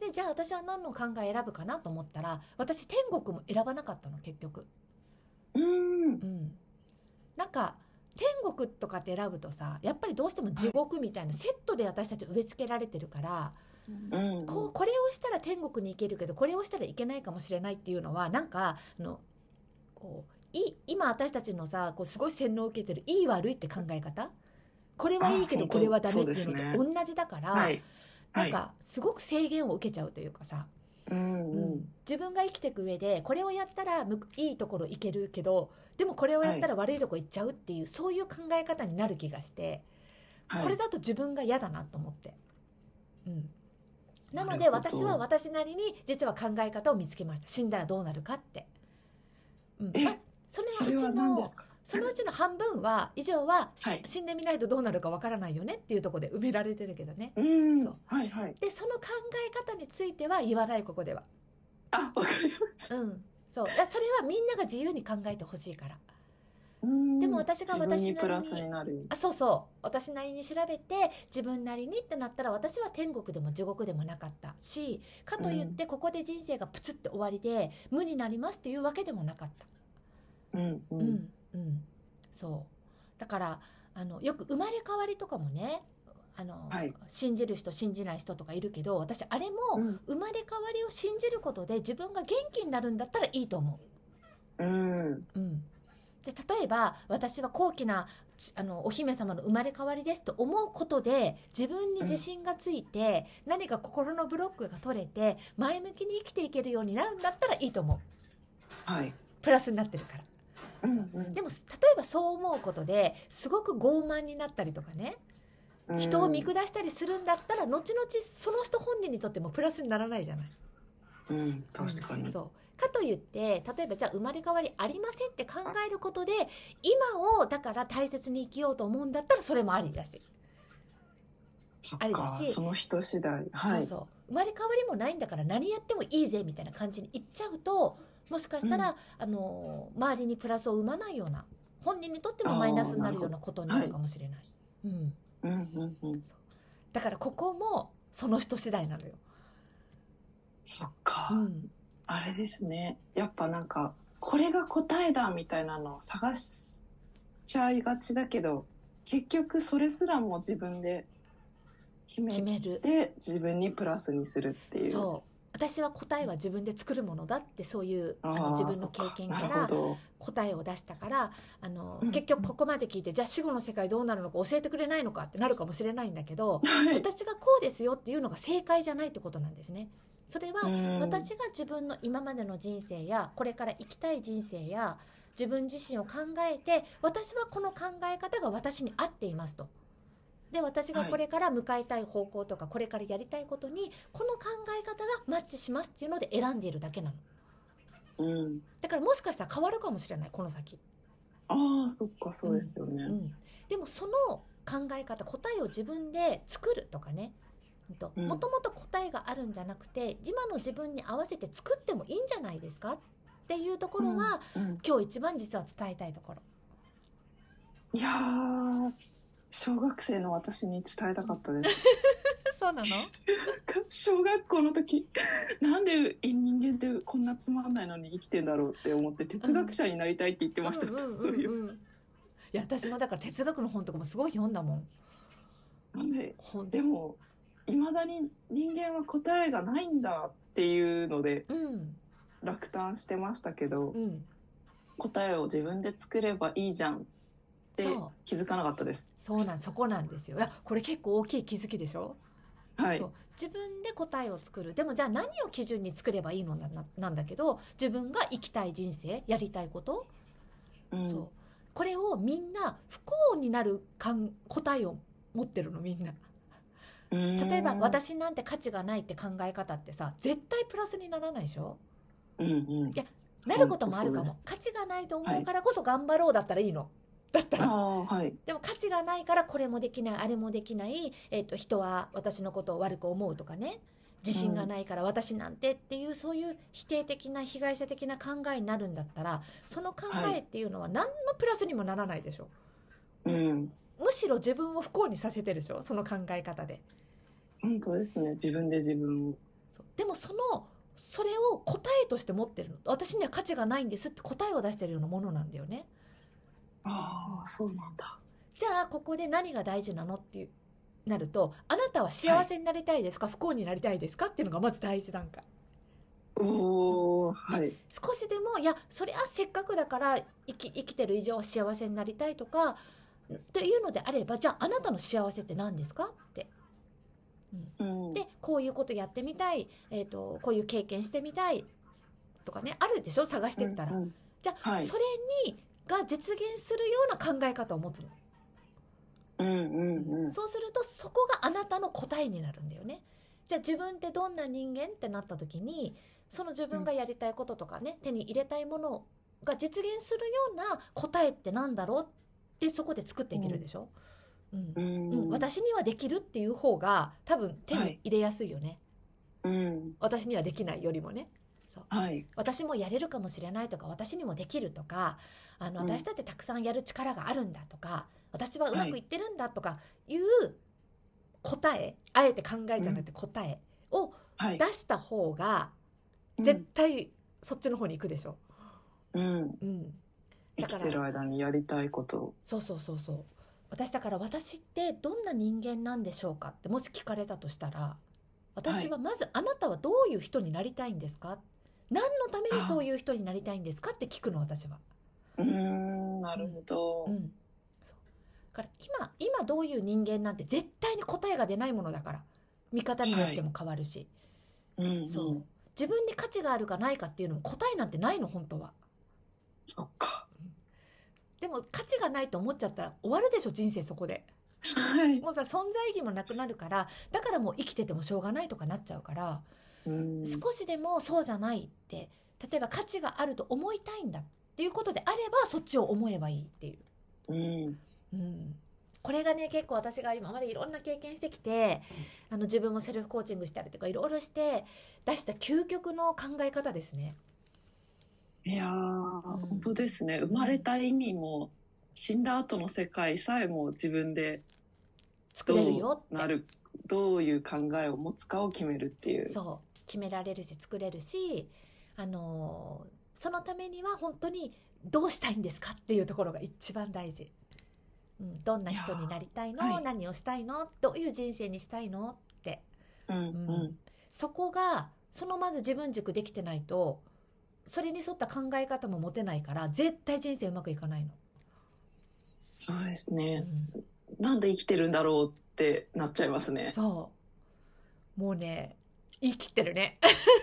じゃあ私は何の考え選ぶかなと思ったら、私天国も選ばなかったの結局。 うん。 うん、なんか天国とかって選ぶとさ、やっぱりどうしても地はい。 獄みたいなセットで私たち植え付けられてるから、 うんうん。 これをしたら天国に行けるけどこれをしたらいけないかもしれないっていうのは、なんかこう今私たちのさ、こうすごい洗脳を受けてるいい悪いって考え方、これはいいあ、 けど本当、 これはダメそうでっていうのとすね。 同じだから、 はい。 なんはい。 かすごく制限を受けちゃうというかさ、 うんうん。 自分が生きていく上でこれをやったらいいところ行けるけど、でもこれをやはい。 ったら悪いところ行っちゃうっていう、そういう考え方になる気がして、 はい。 これだと自分が嫌だなと思って、うん、ななるので私はほど。 私なりに実は考え方を見つけました。死んだらどうなるかって、まあ、 え、 それのうそれは何でちのすか？ そのうちの半分は以上ははい。 死んでみないとどうなるかわからないよねっていうところで埋められてるけどね。 うん。 そうはいはい。 で、その考え方については言わない、ここでは。 あ、わかりました。 そうそれはみんなが自由に考えてほしいから。 うでもん。 私が自分私にプラスなりに、 になる。 そうそう、私なりに調べて自分なりにってなったら、私は天国でも地獄でもなかったし、かといっうん。 てここで人生がプツって終わりで無になりますっていうわけでもなかった。 うんうん。 うんうんそうだから、よく生まれ変わりとかもね、 はい。 信じる人信じない人とかいるけど、私あれもうん。 生まれ変わりを信じることで自分が元気になるんだったらいいと思うん。 う。で例えば私は高貴なお姫様の生まれ変わりですと思うことで自分にうん。 自信がついて、何か心のブロックが取れて前向きに生きていけるようになるんだったらいいと思う。 はい。 プラスになってるから。そううんうん。 でも例えばそう思うことですごく傲慢になったりとかね、 う人を見ん。 下したりするんだったら、後々その人本人にとってもプラスにならないじゃない。 うん。確かに。 そうかといって例えばじゃあ生まれ変わりありませんって考えることで今をだから大切に生きようと思うんだったらそれもありだし、 そっか。 ありだし、 その人次第。はい。 そうそう生まれ変わりもないんだから何やってもいいぜみたいな感じに言っちゃうと、もしかしうん。 たら周りにプラスを生まないような、本人にとってもマイナああ、 スになるようなるほど。 なことになるはい。 かもしれない。うんうんうんうん。 そうだからここもその人次第なのよ。 そっか。 うんあれですね。やっぱなんか、これが答えだみたいなのを探しちゃいがちだけど、結局それすらも自分で決め決める。 て自分にプラスにするっていう。 そう私は答えは自分で作るものだって、そういう自ああ、 分の経そっか。なるほ験からど。 答えを出したから、 うんうん。 結局ここまで聞いて、じゃあ死後の世界どうなるのか教えてくれないのかってなるかもしれないんだけど、 はい。 私がこうですよっていうのが正解じゃないってことなんですね。それうはん。 私が自分の今までの人生やこれから生きたい人生や自分自身を考えて、私はこの考え方が私に合っていますと。で私がはい。 これから向かいたい方向とかこれからやりたいことにこの考え方がマッチしますっていうので選んでいるだけなの。 うん。 だからもしかしたら変わるかもしれない、この先。 ああ、そっか、そうでうんすよね。 うん、でもその考え方、答えを自分で作るとかね、 うん。 もともと答えがあるんじゃなくて今の自分に合わせて作ってもいいんじゃないですかっていうとこうん。 ろは、 うん。 今日一番実は伝えたいところ。 いやー、小学生の私に伝えたかったです。 そうなの。 小学校の時、なんで人間ってこんなつまんないのに生きてんだろうって思って哲学うん者になりたいって言ってうんました。 うんそういう。 うんうん。いや私もだから哲学の本とかもすごい読んだもん。 なんで、 本。 でも、未だに人間は答えがないんだっていうのでうん落胆してましたけど、 うん答えを自分で作ればいいじゃんってそう気づかなかったです。 そこなんですよ。いやこれ結構大きい気づきでしょ。 はい。 そう自分で答えを作る。でもじゃあ何を基準に作ればいいのなんだけど、自分が生きたい人生やりたいこと、 うん。 そうこれをみんな不幸になる答えを持ってるのみんな。 う例えばーん。 私なんて価値がないって考え方ってさ、絶対プラスにならないでしょ。 うんうん。 いやなること本当もあるかも。 そうです。 価値がないとはい。 思うからこそ頑張ろうだったらいいの。だったらああ、はい。 でも価値がないからこれもできないあれもできない、人は私のことを悪く思うとかね、自信がうん。 ないから私なんてっていう、そういう否定的な被害者的な考えになるんだったら、その考はい。 えっていうのは何のプラスにもならないでしょ。 うん。 むしろ自分を不幸にさせてるでしょ、その考え方で。 本当ですね。自分で自分を。 そうでもそれを答えとして持ってるの。私には価値がないんですって答えを出してるようなものなんだよね。 ああ、そうなんだ。 じゃあここで何が大事なのってなると、あなたは幸せになりたいですか、不幸になりたいですかっていうのがまず第一段階。 おー、はい。 少しでも、いやそれはせっかくだから生きてる以上幸せになりたいとかっていうのであれば、じゃああなたの幸せって何ですかって、でこういうことやってみたい、こういう経験してみたいとかね、あるでしょ、探してったら、じゃあ、それが実現するような考え方を持つの。そうするとそこがあなたの答えになるんだよね。じゃあ自分ってどんな人間ってなった時に、その自分がやりたいこととかね、手に入れたいものが実現するような答えってなんだろうってそこで作っていけるでしょ。私にはできるっていう方が多分手に入れやすいよね。私にはできないよりもね。そう、私もやれるかもしれないとか、私にもできるとか、私だってたくさんやる力があるんだとか、私はうまくいってるんだとかいう答え、あえて考えじゃなくて答えを出した方が絶対そっちの方に行くでしょ。 生きてる間にやりたいことを。 そう私だから、私ってどんな人間なんでしょうかってもし聞かれたとしたら、私はまず、あなたはどういう人になりたいんですか、何のためにそういう人になりたいんですかって聞くの、私は。 なるほど。 そうだから今どういう人間なんて絶対に答えが出ないものだから、見方によっても変わるし、そう自分に価値があるかないかっていうのも答えなんてないの、本当は。 そっか。 でも価値がないと思っちゃったら終わるでしょ、人生そこで。もうさ、存在意義もなくなるから、だからもう生きててもしょうがないとかなっちゃうから、少しでもそうじゃないって、例えば価値があると思いたいんだっていうことであれば、そっちを思えばいいっていう、これがね、結構私が今までいろんな経験してきて、自分もセルフコーチングしたりとかいろいろして出した究極の考え方ですね。 いやー、本当ですね。生まれた意味も、死んだ後の世界さえも自分で作れるよって、 どういう考えを持つかを決めるっていう。 そう決められるし作れるし、そのためには本当にどうしたいんですかっていうところが一番大事。どんな人になりたいの、何をしたいの、どういう人生にしたいのって、そこがまず自分軸できてないと、それに沿った考え方も持てないから、絶対人生うまくいかないの。 そうですね、なんで生きてるんだろうってなっちゃいますね。 そうもうね、生きてるね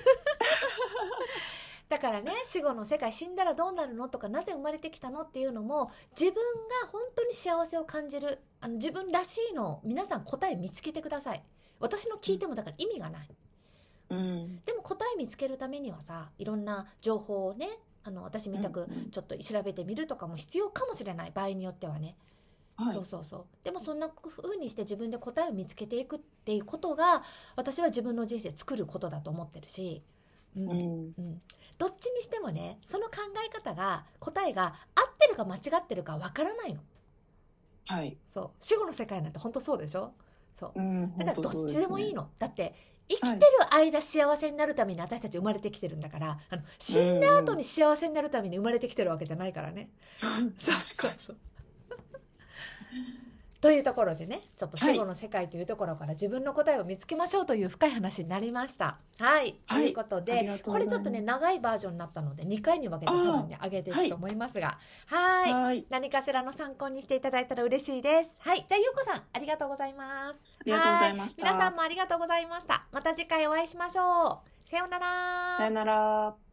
だからね、死後の世界、死んだらどうなるのとか、なぜ生まれてきたのっていうのも、自分が本当に幸せを感じる、自分らしいのを皆さん答え見つけてください。私の聞いてもだから意味がない、でも答え見つけるためにはさ、いろんな情報をね、私みたくちょっと調べてみるとかも必要かもしれない、場合によってはね。でもそんな風にして自分で答えを見つけていくっていうことが、私は自分の人生作ることだと思ってるし、どっちにしてもね、その考え方が、答えが合ってるか間違ってるかわからないの。死後の世界なんて本当そうでしょ。だからどっちでもいいの。だって生きてる間幸せになるために私たち生まれてきてるんだから、死んだ後に幸せになるために生まれてきてるわけじゃないからね。 確かに。 というところでね、ちょっと死後の世界というところから自分の答えを見つけましょうという深い話になりました。ということで、これちょっとね、長いバージョンになったので2回に分けて多分ね、上げていくと思いますが、何かしらの参考にしていただいたら嬉しいです。じゃあゆうこさん、ありがとうございます。 ありがとうございました。 皆さんもありがとうございました。また次回お会いしましょう。さようなら。 さようなら。